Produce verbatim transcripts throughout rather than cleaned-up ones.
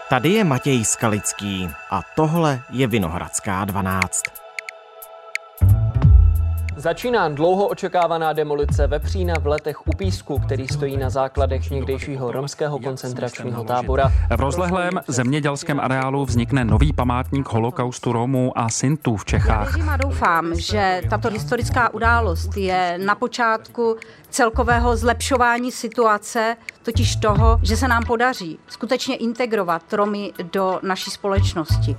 Tady je Matěj Skalický a tohle je Vinohradská dvanáct. Začíná dlouho očekávaná demolice vepřína v Letech u Písku, který stojí na základech někdejšího romského koncentračního tábora. V rozlehlém zemědělském areálu vznikne nový památník holokaustu Romů a Sintů v Čechách. Já věřím a doufám, že tato historická událost je na počátku celkového zlepšování situace, totiž toho, že se nám podaří skutečně integrovat Romy do naší společnosti.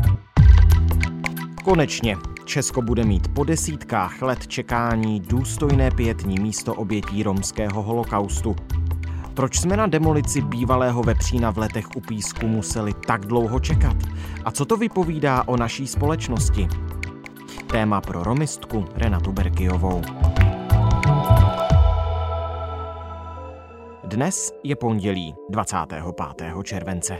Konečně Česko bude mít po desítkách let čekání důstojné pietní místo obětí romského holokaustu. Proč jsme na demolici bývalého vepřína v Letech u Písku museli tak dlouho čekat? A co to vypovídá o naší společnosti? Téma pro romistku Renatu Berkyovou. Dnes je pondělí dvacátého pátého července.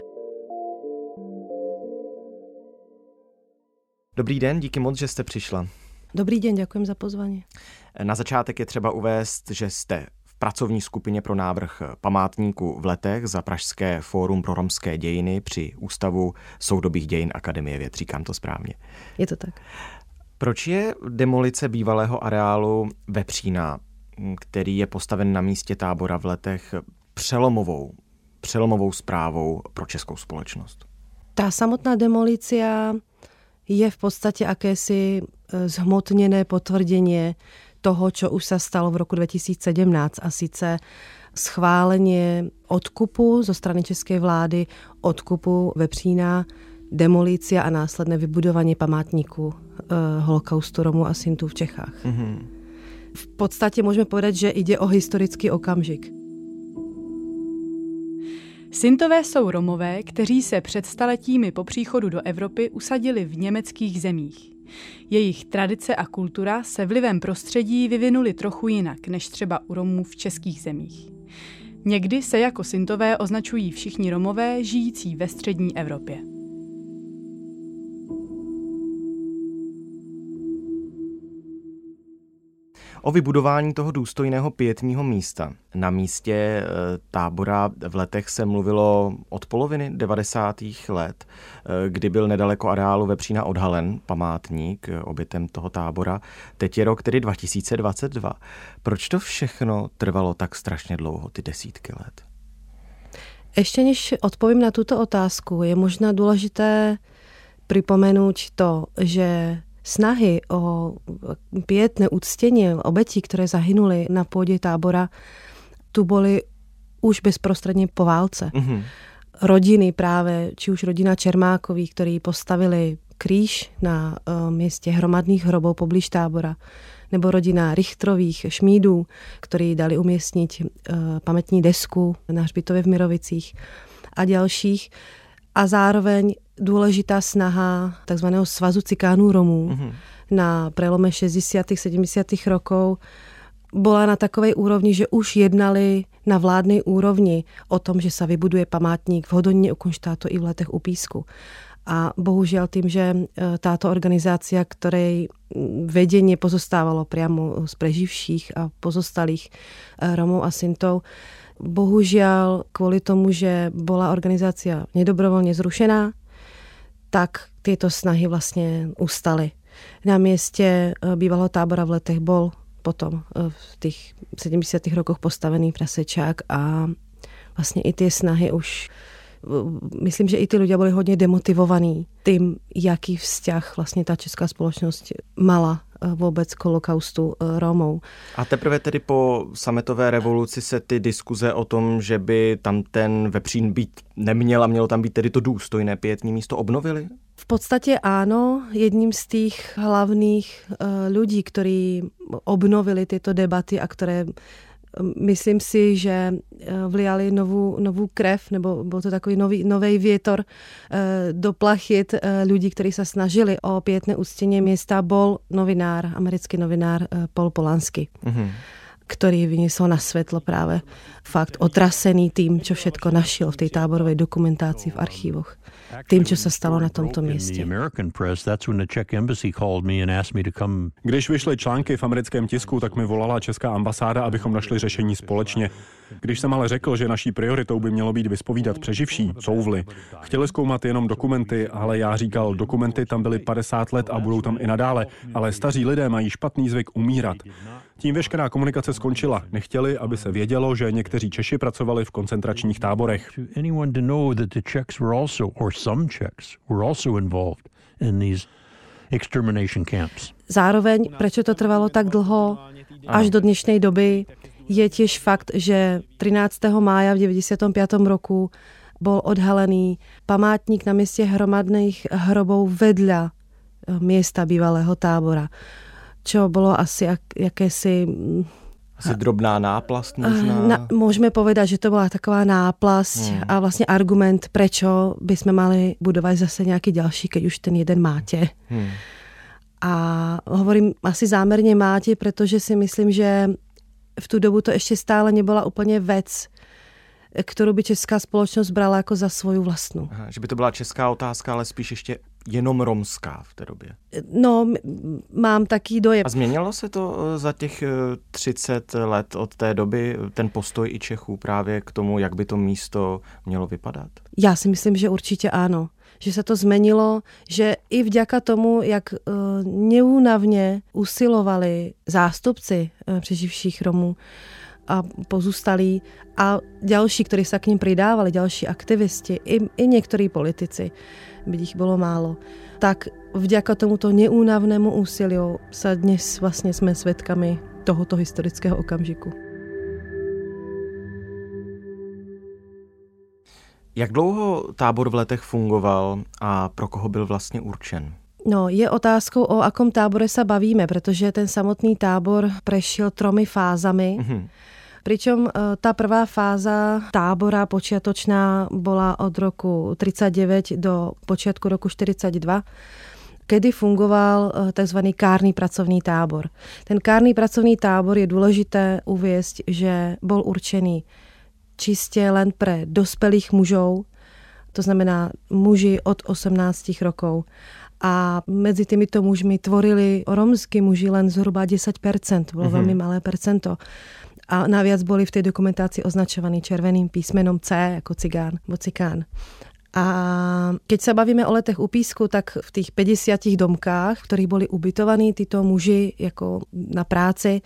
Dobrý den, díky moc, že jste přišla. Dobrý den, děkuji za pozvání. Na začátek je třeba uvést, že jste v pracovní skupině pro návrh památníku v Letech za Pražské fórum pro romské dějiny při Ústavu soudobých dějin Akademie věd. Říkám to správně. Je to tak. Proč je demolice bývalého areálu vepřína, který je postaven na místě tábora v Letech, přelomovou, přelomovou zprávou pro českou společnost? Ta samotná demolícia je v podstate akési zhmotnené potvrdenie toho, čo už sa stalo v roku dvetisícsedemnásť, a síce schválenie odkupu zo strany českej vlády, odkupu vepřína, demolícia a následné vybudovanie památníku eh, holokaustu Romů a Sintů v Čechách. Mm-hmm. V podstate môžeme povedať, že ide o historický okamžik. Sintové jsou Romové, kteří se před staletími po příchodu do Evropy usadili v německých zemích. Jejich tradice a kultura se vlivem prostředí vyvinuly trochu jinak než třeba u Romů v českých zemích. Někdy se jako Sintové označují všichni Romové žijící ve střední Evropě. O vybudování toho důstojného pietního místa na místě e, tábora v Letech se mluvilo od poloviny devadesátých let, e, kdy byl nedaleko areálu vepřína odhalen památník obětem toho tábora. Teď je rok tedy dva tisíce dvacet dva. Proč to všechno trvalo tak strašně dlouho, ty desítky let? Ešte než odpovím na túto otázku, je možná dôležité pripomenúť to, že snahy o pietné uctenie obetí, ktoré zahynuli na pôde tábora, tu boli už bezprostredne po válce. Mm-hmm. Rodiny práve, či už rodina Čermákových, ktorí postavili kríž na uh, mieste hromadných hrobov poblíž tábora, nebo rodina Richtrových šmídů, ktorí dali umiestniť uh, pamätní desku na hřbitově v Mirovicích a ďalších. A zároveň dôležitá snaha tzv. Svazu cikánů Romů mm-hmm. na prelome šesťdesiatych sedemdesiatych rokov bola na takovej úrovni, že už jednali na vládnej úrovni o tom, že sa vybuduje památník v Hodoníne u Kunštátu i v Letech u Písku. A bohužiaľ tým, že táto organizácia, ktorej vedenie pozostávalo priamo z preživších a pozostalých Romov a Sintov, bohužiaľ kvôli tomu, že bola organizácia nedobrovoľne zrušená, tak tieto snahy vlastne ustali. Na mieste bývalého tábora v Letech bol potom v tých sedemdesiatych rokoch postavený prasečák a vlastne i tie snahy už, myslím, že i tí ľudia boli hodne demotivovaní tým, jaký vzťah vlastne tá česká spoločnosť mala vůbec k holokaustu Romů. A teprve tedy po sametové revoluci se ty diskuze o tom, že by tam ten vepřín být neměl a mělo tam být tedy to důstojné pietní místo, obnovili? V podstatě áno. Jedním z tých hlavných ľudí, ktorí obnovili tieto debaty a ktoré myslím si, že vliali novú, novú krev, nebo bol to takový nový, nový vietor do plachit ľudí, ktorí sa snažili o pietné uctenie miesta, bol novinár, americký novinár Paul Polanski. Mm-hmm. ktorý vyniesol na svetlo práve fakt otrasený tým, čo všetko našiel v tej táborovej dokumentácii v archívoch. Tým, čo sa stalo na tomto mieste. Když vyšly články v americkém tisku, tak mi volala česká ambasáda, abychom našli řešení společně. Když jsem ale řekl, že naší prioritou by mělo být vyspovídat přeživší, couvli. Chtěli zkoumat jenom dokumenty, ale já říkal, dokumenty tam byly padesát let a budou tam i nadále, ale staří lidé mají špatný zvyk umírat. Tím veškerá komunikace skončila. Nechtěli, aby se vědělo, že někteří Češi pracovali v koncentračních táborech. Zároveň, prečo to trvalo tak dlho až do dnešnej doby, je tiež fakt, že trinásteho mája v deväťdesiatom piatom roku bol odhalený památník na mieste hromadných hrobov vedľa miesta bývalého tábora. Čo bolo asi jak, jakési... Asi drobná náplast možná? Na, môžeme povedať, že to bola taková náplasť hmm. a vlastne argument, prečo by sme mali budovať zase nejaký ďalší, keď už ten jeden máte. Hmm. A hovorím asi zámerne máte, pretože si myslím, že v tú dobu to ešte stále nebola úplne vec, ktorú by česká spoločnosť brala jako za svoju vlastnú. Aha, že by to byla česká otázka, ale spíš ještě jenom romská v té době. No, mám taký dojem. A změnilo se to za těch třicet let od té doby, ten postoj i Čechů právě k tomu, jak by to místo mělo vypadat? Já si myslím, že určitě áno. Že sa to zmenilo, že i vďaka tomu, jak uh, neúnavne usilovali zástupci uh, přeživších Romů a pozůstalí a ďalší, ktorí sa k ním pridávali, ďalší aktivisti, i, i niektorí politici, byť ich bolo málo, tak vďaka tomuto neúnavnému úsiliu sa dnes vlastne sme svedkami tohoto historického okamžiku. Jak dlouho tábor v Letech fungoval a pro koho byl vlastně určen? No, je otázkou, o akom tábore sa bavíme, pretože ten samotný tábor prešiel tromi fázami. Mm-hmm. Pričom tá prvá fáza tábora počiatočná bola od roku tridsaťdeväť do počiatku roku štyridsaťdva, kedy fungoval tzv. Kárny pracovný tábor. Ten kárny pracovný tábor je dôležité uviesť, že bol určený čiste len pre dospelých mužov, to znamená muži od osemnásť rokov. A medzi týmito mužmi tvorili romskí muži len zhruba desať percent, bolo mm-hmm. veľmi malé percento. A naviac boli v tej dokumentácii označovaní červeným písmenom C ako cigán, bo cikán. A keď sa bavíme o Letech u Písku, tak v tých päťdesiatich domkách, v ktorých boli ubytovaní títo muži ako na práci,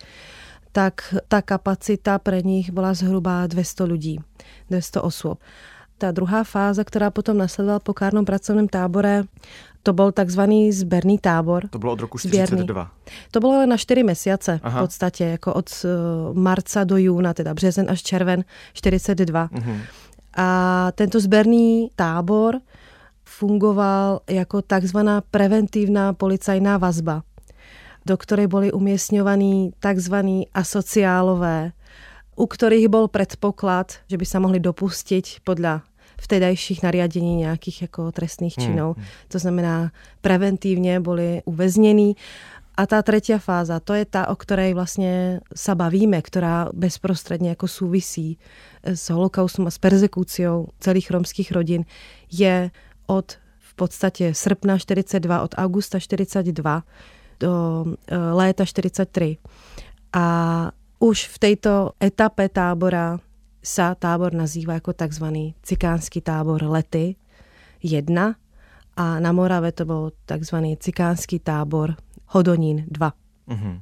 tak tá kapacita pre nich bola zhruba dvesto ľudí, dvesto osôb. Tá druhá fáza, ktorá potom nasledovala po kárnom pracovnom tábore, to bol takzvaný zberný tábor. To bylo od roku štyridsaťdva. To bylo len na štyri mesiace. Aha. V podstate, jako od marca do júna, teda březen až červen štyridsaťdva. Uh-huh. A tento zberný tábor fungoval jako takzvaná preventívna policajná vazba, do ktorej boli umiestňovaní takzvaní asociálové, u ktorých bol predpoklad, že by sa mohli dopustiť podľa vtedajších nariadení nějakých jako trestných činov. Hmm. To znamená, preventívne boli uväznení. A tá tretia fáza, to je tá, o ktorej vlastne sa bavíme, ktorá bezprostredne jako súvisí s holokaustom a s perzekúciou celých romských rodín, je od v podstate srpna štyridsaťdva, od augusta štyridsaťdva do léta štyridsaťtri. A už v tejto etape tábora sa tábor nazýva jako takzvaný cikánsky tábor Lety jedna a na Morave to bol takzvaný cikánsky tábor Hodonín dva. Mm-hmm.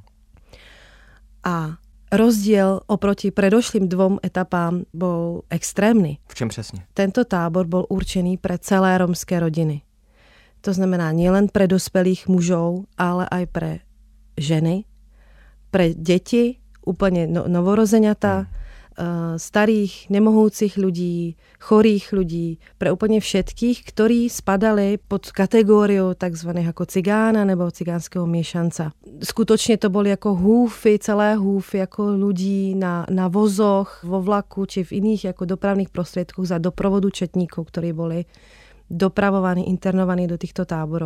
A rozdiel oproti predošlým dvom etapám bol extrémny. V čem přesně? Tento tábor bol určený pre celé romské rodiny. To znamená nielen pre dospelých mužov, ale aj pre ženy, pre deti, úplne no, novorozeňata, mm. starých, nemohúcich ľudí, chorých ľudí, pre úplne všetkých, ktorí spadali pod kategóriu tzv. Ako cigána nebo cigánskeho miešanca. Skutočne to boli ako húfy, celé húfy ako ľudí na, na vozoch, vo vlaku či v iných ako dopravných prostriedkoch za doprovodu četníkov, ktorí boli dopravovaní, internovaní do týchto táborov.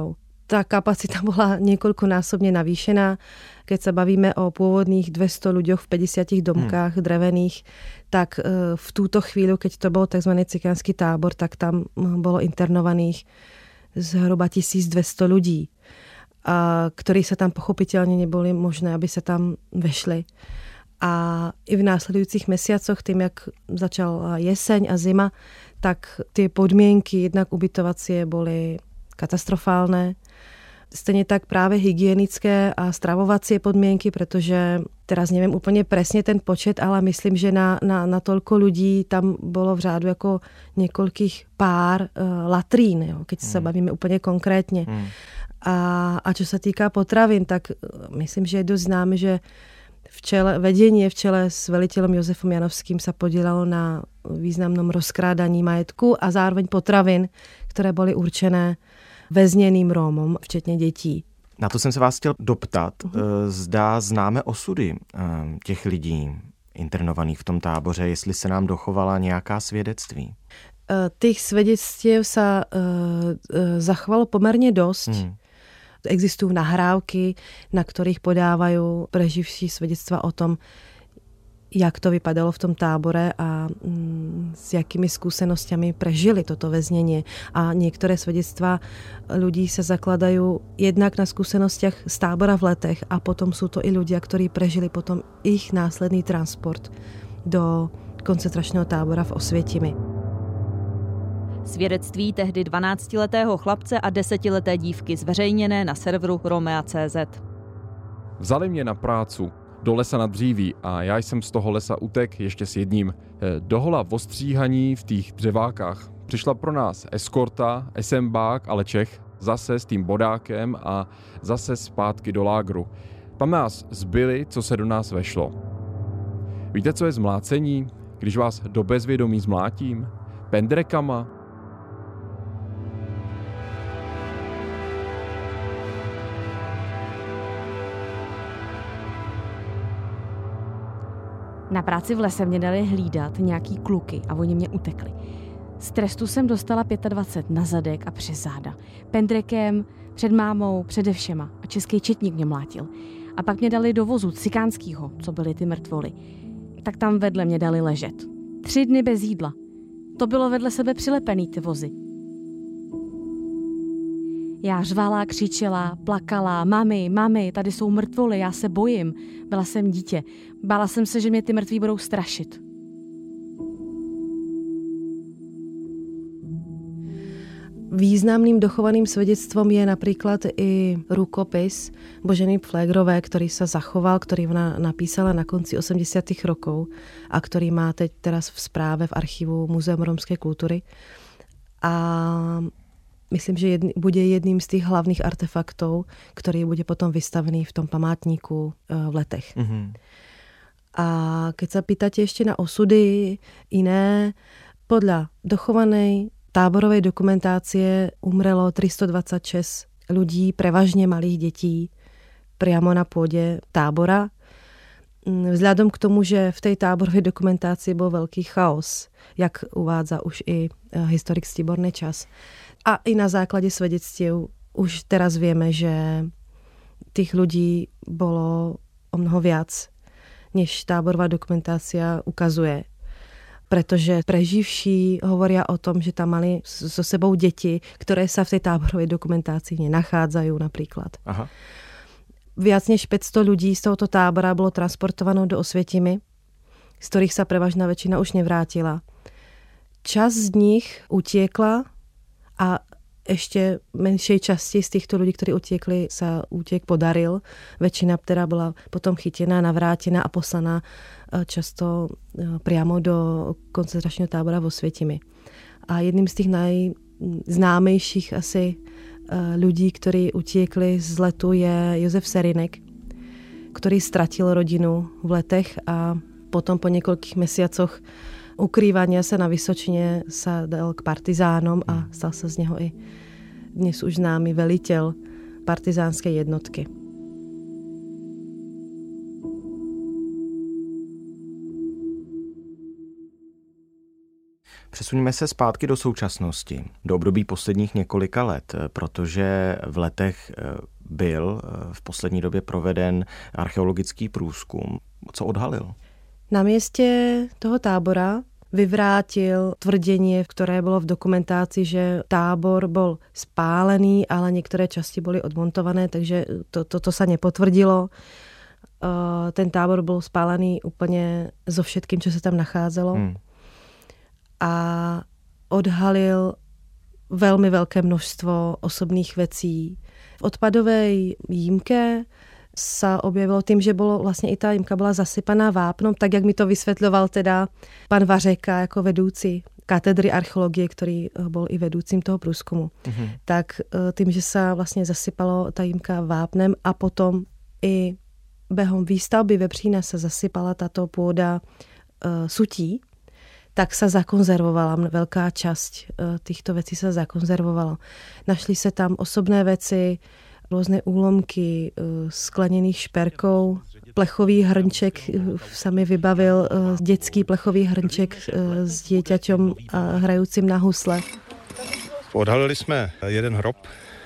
tá kapacita bola niekoľkonásobne navýšená. Keď sa bavíme o pôvodných dvesto ľuďoch v päťdesiatich domkách hmm. drevených, tak v túto chvíľu, keď to bol tzv. Cikánsky tábor, tak tam bolo internovaných zhruba tisícdvesto ľudí, a ktorí sa tam pochopiteľne neboli možné, aby sa tam vešli. A i v následujúcich mesiacoch, tým, jak začala jeseň a zima, tak tie podmienky jednak ubytovacie boli katastrofálne. Stejne tak práve hygienické a stravovacie podmienky, pretože teraz neviem úplne presne ten počet, ale myslím, že na, na, na toľko ľudí tam bolo v řádu ako niekoľkých pár uh, latrín, jo, keď mm. sa bavíme úplne konkrétne. Mm. A, a čo sa týka potravín, tak myslím, že je dosť známe, že v čele, vedenie v čele s veliteľom Jozefom Janovským sa podielalo na významnom rozkrádaní majetku a zároveň potravin, ktoré boli určené väzněným Rómom, včetně dětí. Na to jsem se vás chtěl doptat. Uh-huh. Zda známe osudy těch lidí internovaných v tom táboře, jestli se nám dochovala nějaká svědectví. Tých svedectiev sa zachovalo pomerne dosť. Hmm. Existujú nahrávky, na ktorých podávajú preživší svedectva o tom, jak to vypadalo v tom tábore a mm, s jakými skúsenosťami prežili toto väznenie. A niektoré svedectvá ľudí sa zakladajú jednak na skúsenostiach z tábora v Letech a potom sú to i ľudia, ktorí prežili potom ich následný transport do koncentračného tábora v Osvětimi. Svědectví tehdy dvanáctiletého chlapce a desetileté dívky zveřejněné na serveru Romea tečka cé zet. Vzali mě na prácu do lesa nad Dříví a já jsem z toho lesa utek ještě s jedním. Dohola v ostříhaní v těch dřevákách. Přišla pro nás eskorta, esembák, ale Čech, zase s tím bodákem a zase zpátky do lágru. Tam nás zbyli, co se do nás vešlo. Víte, co je zmlácení? Když vás do bezvědomí zmlátím? Pendrekama? Na práci v lese mě dali hlídat nějaký kluky a oni mě utekli. Z trestu jsem dostala dvacet pět na zadek a přes záda. Pendrekem, před mámou, přede všema. A český četník mě mlátil. A pak mě dali do vozu cikánskýho, co byly ty mrtvoly. Tak tam vedle mě dali ležet. Tři dny bez jídla. To bylo vedle sebe přilepený ty vozy. Já řvala, křičela, plakala, mami, mami, tady jsou mrtvoly, já se bojím. Byla jsem dítě. Bála jsem se, že mě ty mrtví budou strašit. Významným dochovaným svedectvom je napríklad i rukopis Boženy Pflégrové, ktorý sa zachoval, ktorý ona napísala na konci osemdesiatych rokov a ktorý má teď teraz v správe v archívu Múzeum rómskej kultúry. A myslím, že jedný, bude jedným z tých hlavných artefaktov, ktorý bude potom vystavený v tom památníku v Letech. Mm-hmm. A keď sa pýtate ešte na osudy iné, podľa dochovanej táborovej dokumentácie umrelo tristodvadsaťšesť ľudí, prevažne malých detí, priamo na pôde tábora. Vzhľadom k tomu, že v tej táborovej dokumentácii bol veľký chaos, jak uvádza už i historik Stibor Nečas. A i na základe svedectiev už teraz vieme, že tých ľudí bolo o mnoho viac, než táborová dokumentácia ukazuje. Pretože preživší hovoria o tom, že tam mali so sebou deti, ktoré sa v tej táborovej dokumentácii nenachádzajú napríklad. Aha. Viac než päťsto ľudí z tohoto tábora bolo transportované do Osvětimi, z ktorých sa prevažná väčšina už nevrátila. Časť z nich utiekla a ešte menšej časti z týchto ľudí, ktorí utiekli, sa útek podaril. Väčšina teda bola potom chytená, navrátená a poslaná často priamo do koncentračného tábora vo Osvětimi. A jedným z tých najznámejších asi ľudí, ktorí utiekli z letu, je Jozef Serinek, ktorý stratil rodinu v Letech a potom po niekoľkých mesiacoch ukrývania sa na Vysočine sa dal k partizánom a stal sa z neho i dnes už známy veliteľ partizánskej jednotky. Přesuňme se zpátky do současnosti, do období posledních několika let, protože v Letech byl v poslední době proveden archeologický průzkum. Co odhalil? Na místě toho tábora vyvrátil tvrdění, které bylo v dokumentaci, že tábor byl spálený, ale některé části byly odmontované, takže to, to, to se nepotvrdilo. Ten tábor byl spálený úplně so všetkým, co se tam nacházelo. Hmm. A odhalil velmi velké množstvo osobných věcí. V odpadové jímke se objevilo tím, že bylo vlastně i ta jímka byla zasypaná vápnom, tak jak mi to vysvětloval teda pan Vařeka jako vedoucí katedry archeologie, který byl i vedoucím toho průzkumu. Mm-hmm. Tak tím, že se vlastně zasypalo ta jímka vápnem a potom i během výstavby vepřína se zasypala tato půda uh, sutí, tak se zakonzervovala. Velká část uh, těchto věcí se zakonzervovala. Našly se tam osobné věci, různé úlomky uh, skleněných šperkou, plechový hrnček, uh, sami vybavil uh, dětský plechový hrnček uh, s děťaťom uh, hrajícím na husle. Odhalili jsme jeden hrob,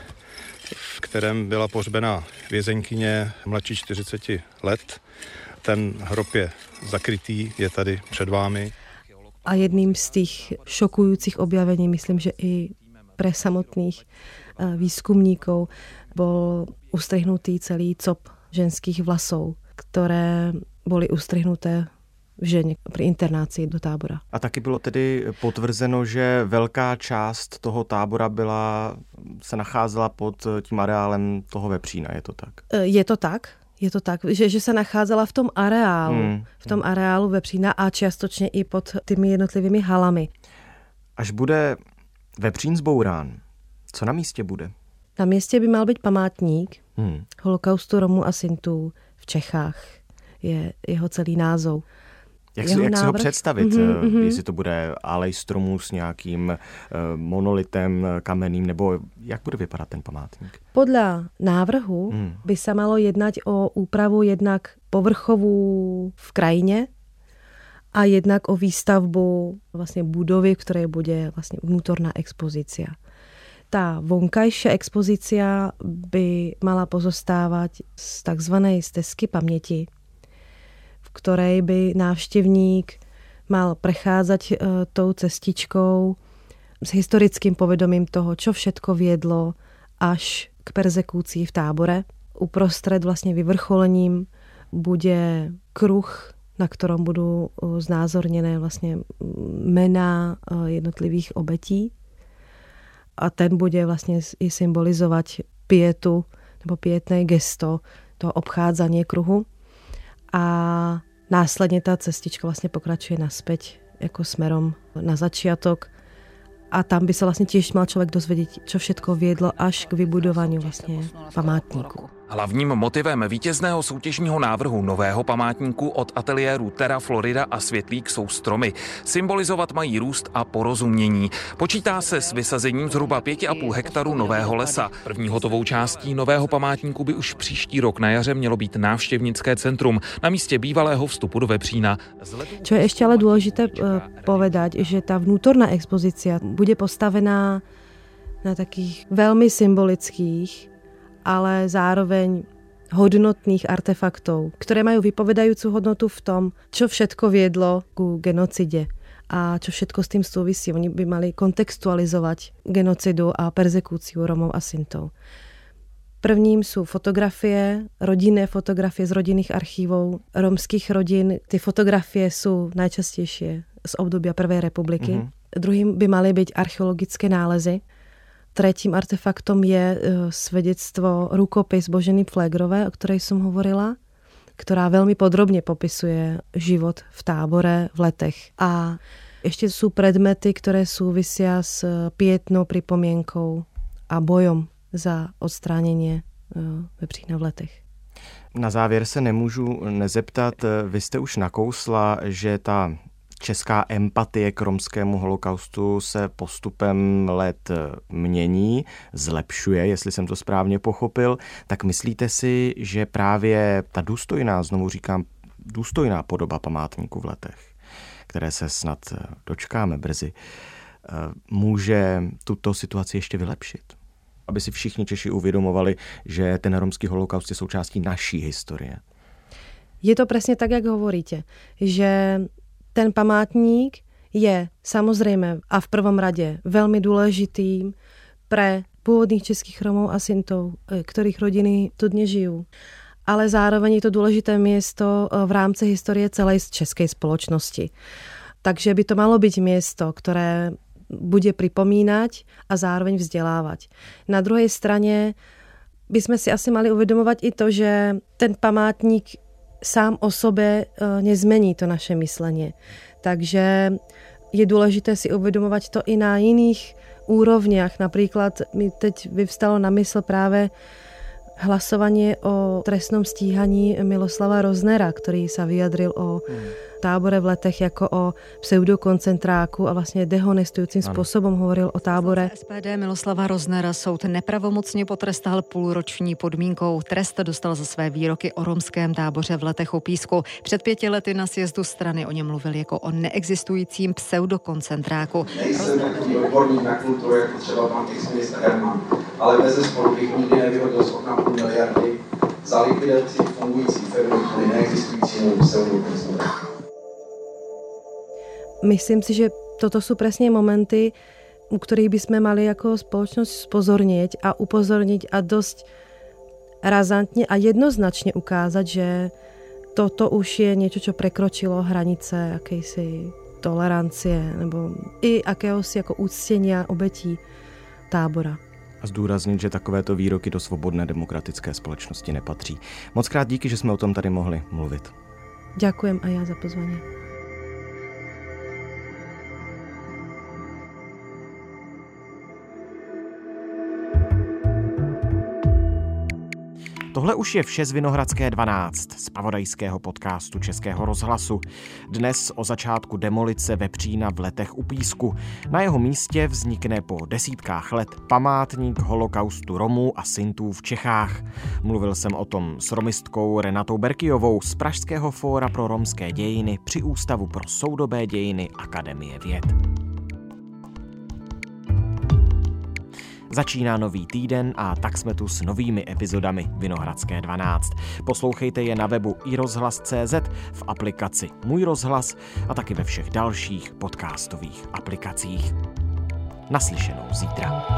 v kterém byla pohřbena vězeňkyně mladší čtyřiceti let. Ten hrob je zakrytý, je tady před vámi. A jedním z těch šokujících objavení, myslím, že i pre samotných výzkumníků, byl ustrhnutý celý cop ženských vlasů, které byly ustrhnuté v ženě při internácii do tábora. A taky bylo tedy potvrzeno, že velká část toho tábora byla, se nacházela pod tím areálem toho vepřína, je to tak? Je to tak, je to tak, že, že se nacházela v tom areálu, hmm. v tom areálu vepřína a částečně i pod těmi jednotlivými halami. Až bude vepřín zbourán, co na místě bude? Na místě by mal být památník hmm. holokaustu Romů a Sintů v Čechách. Je jeho celý název. Jak, si, jak si ho představit, mm-hmm, mm-hmm. jestli to bude alej stromů s nějakým uh, monolitem kamenným, nebo jak bude vypadat ten památník? Podle návrhu mm. by se malo jednat o úpravu jednak povrchovou v krajině a jednak o výstavbu vlastně budovy, v které bude vlastně vnútorná expozícia. Ta vonkajšia expozícia by mala pozostávat z takzvanej stezky paměti, v ktorej by návštěvník mal prechádzať e, tou cestičkou s historickým povedomím toho, čo všetko viedlo až k perzekúcii v tábore. Uprostred vlastně vyvrcholením bude kruh, na ktorom budú znázorněné vlastně jména jednotlivých obetí. A ten bude vlastně i symbolizovat pietu nebo pietné gesto, toho obchádzanie kruhu. A následně ta cestička vlastně pokračuje naspäť jako smerom na začiatok a tam by se vlastně těž mal člověk dozvědět, čo všetko viedlo až k vybudování vlastně památníku. Hlavním motivem vítězného soutěžního návrhu nového památníku od ateliéru Terra Florida a Světlík jsou stromy. Symbolizovat mají růst a porozumění. Počítá se s vysazením zhruba pět a půl hektaru nového lesa. První hotovou částí nového památníku by už příští rok na jaře mělo být návštěvnické centrum na místě bývalého vstupu do Vepřína. Čo je ještě ale důležité povedať, že ta vnútorná expozícia bude postavená na takých velmi symbolických, ale zároveň hodnotných artefaktov, ktoré majú vypovedajúcu hodnotu v tom, čo všetko viedlo ku genocide a čo všetko s tým súvisí. Oni by mali kontextualizovať genocidu a perzekúciu Romov a Sintov. Prvním sú fotografie, rodinné fotografie z rodinných archívov romských rodín. Ty fotografie sú najčastejšie z obdobia Prvej republiky. Mm-hmm. Druhým by mali byť archeologické nálezy. Třetím artefaktom je svědectvo rukopis Boženy Pflegerové, o které jsem hovorila, která velmi podrobně popisuje život v tábore v Letech. A ještě jsou predmety, které souvisí s pietnou pripomienkou a bojom za odstránění vepřína v Letech. Na závěr se nemůžu nezeptat, vy jste už nakousla, že ta česká empatie k romskému holokaustu se postupem let mění, zlepšuje, jestli jsem to správně pochopil. Tak myslíte si, že právě ta důstojná, znovu říkám, důstojná podoba památníku v Letech, které se snad dočkáme brzy, může tuto situaci ještě vylepšit? Aby si všichni Češi uvědomovali, že ten romský holokaust je součástí naší historie. Je to presne tak, jak hovoríte, že ten památník je samozrejme a v prvom rade veľmi dôležitým pre pôvodných českých Romov a Sintov, ktorých rodiny tu dnes žijú. Ale zároveň je to dôležité miesto v rámci histórie celej českej spoločnosti. Takže by to malo byť miesto, ktoré bude pripomínať a zároveň vzdelávať. Na druhej strane by sme si asi mali uvedomovať i to, že ten památník sám o sobe nezmení to naše myslenie. Takže je dôležité si uvedomovať to i na iných úrovniach. Napríklad mi teď vyvstalo na mysl práve hlasovanie o trestnom stíhaní Miloslava Roznera, ktorý sa vyjadril o tábore v Letech jako o pseudokoncentráku a vlastně dehonestujúcim spôsobom hovoril o tábore. S P D Miloslava Roznera soud nepravomocně potrestal půlroční podmínkou. Trest dostal za své výroky o romském táboře v Letech u Písku. Před pěti lety na sjezdu strany o něm mluvil jako o neexistujícím pseudokoncentráku. Nejsem takový odborník na kulturu, jako třeba pan ex-ministr Herman, ale bezesporu bych nikdy nevyhodil z okna půl miliardy za likvidaci fungující firmy kvůli neexistujícímu pseudokoncentráku. Myslím si, že toto sú presne momenty, u ktorých by sme mali ako spoločnosť spozornieť a upozorniť a dosť razantne a jednoznačne ukázať, že toto už je niečo, čo prekročilo hranice akejsi tolerancie nebo i akéhosi ako úctenia obetí tábora. A zdůraznit, že takovéto výroky do svobodné demokratické společnosti nepatří. Moc krát díky, že jsme o tom tady mohli mluvit. Ďakujem aj ja za pozvanie. Tohle už je vše z Vinohradské dvanáct, z zpravodajského podcastu Českého rozhlasu. Dnes o začátku demolice vepřína v Letech u Písku. Na jeho místě vznikne po desítkách let památník holokaustu Romů a Sintů v Čechách. Mluvil jsem o tom s romistkou Renatou Berkyovou z Pražského fóra pro romské dějiny při Ústavu pro soudobé dějiny Akademie věd. Začíná nový týden a tak jsme tu s novými epizodami Vinohradské dvanáct. Poslouchejte je na webu i rozhlas tečka cé zet, v aplikaci Můj rozhlas a taky ve všech dalších podcastových aplikacích. Naslyšenou zítra.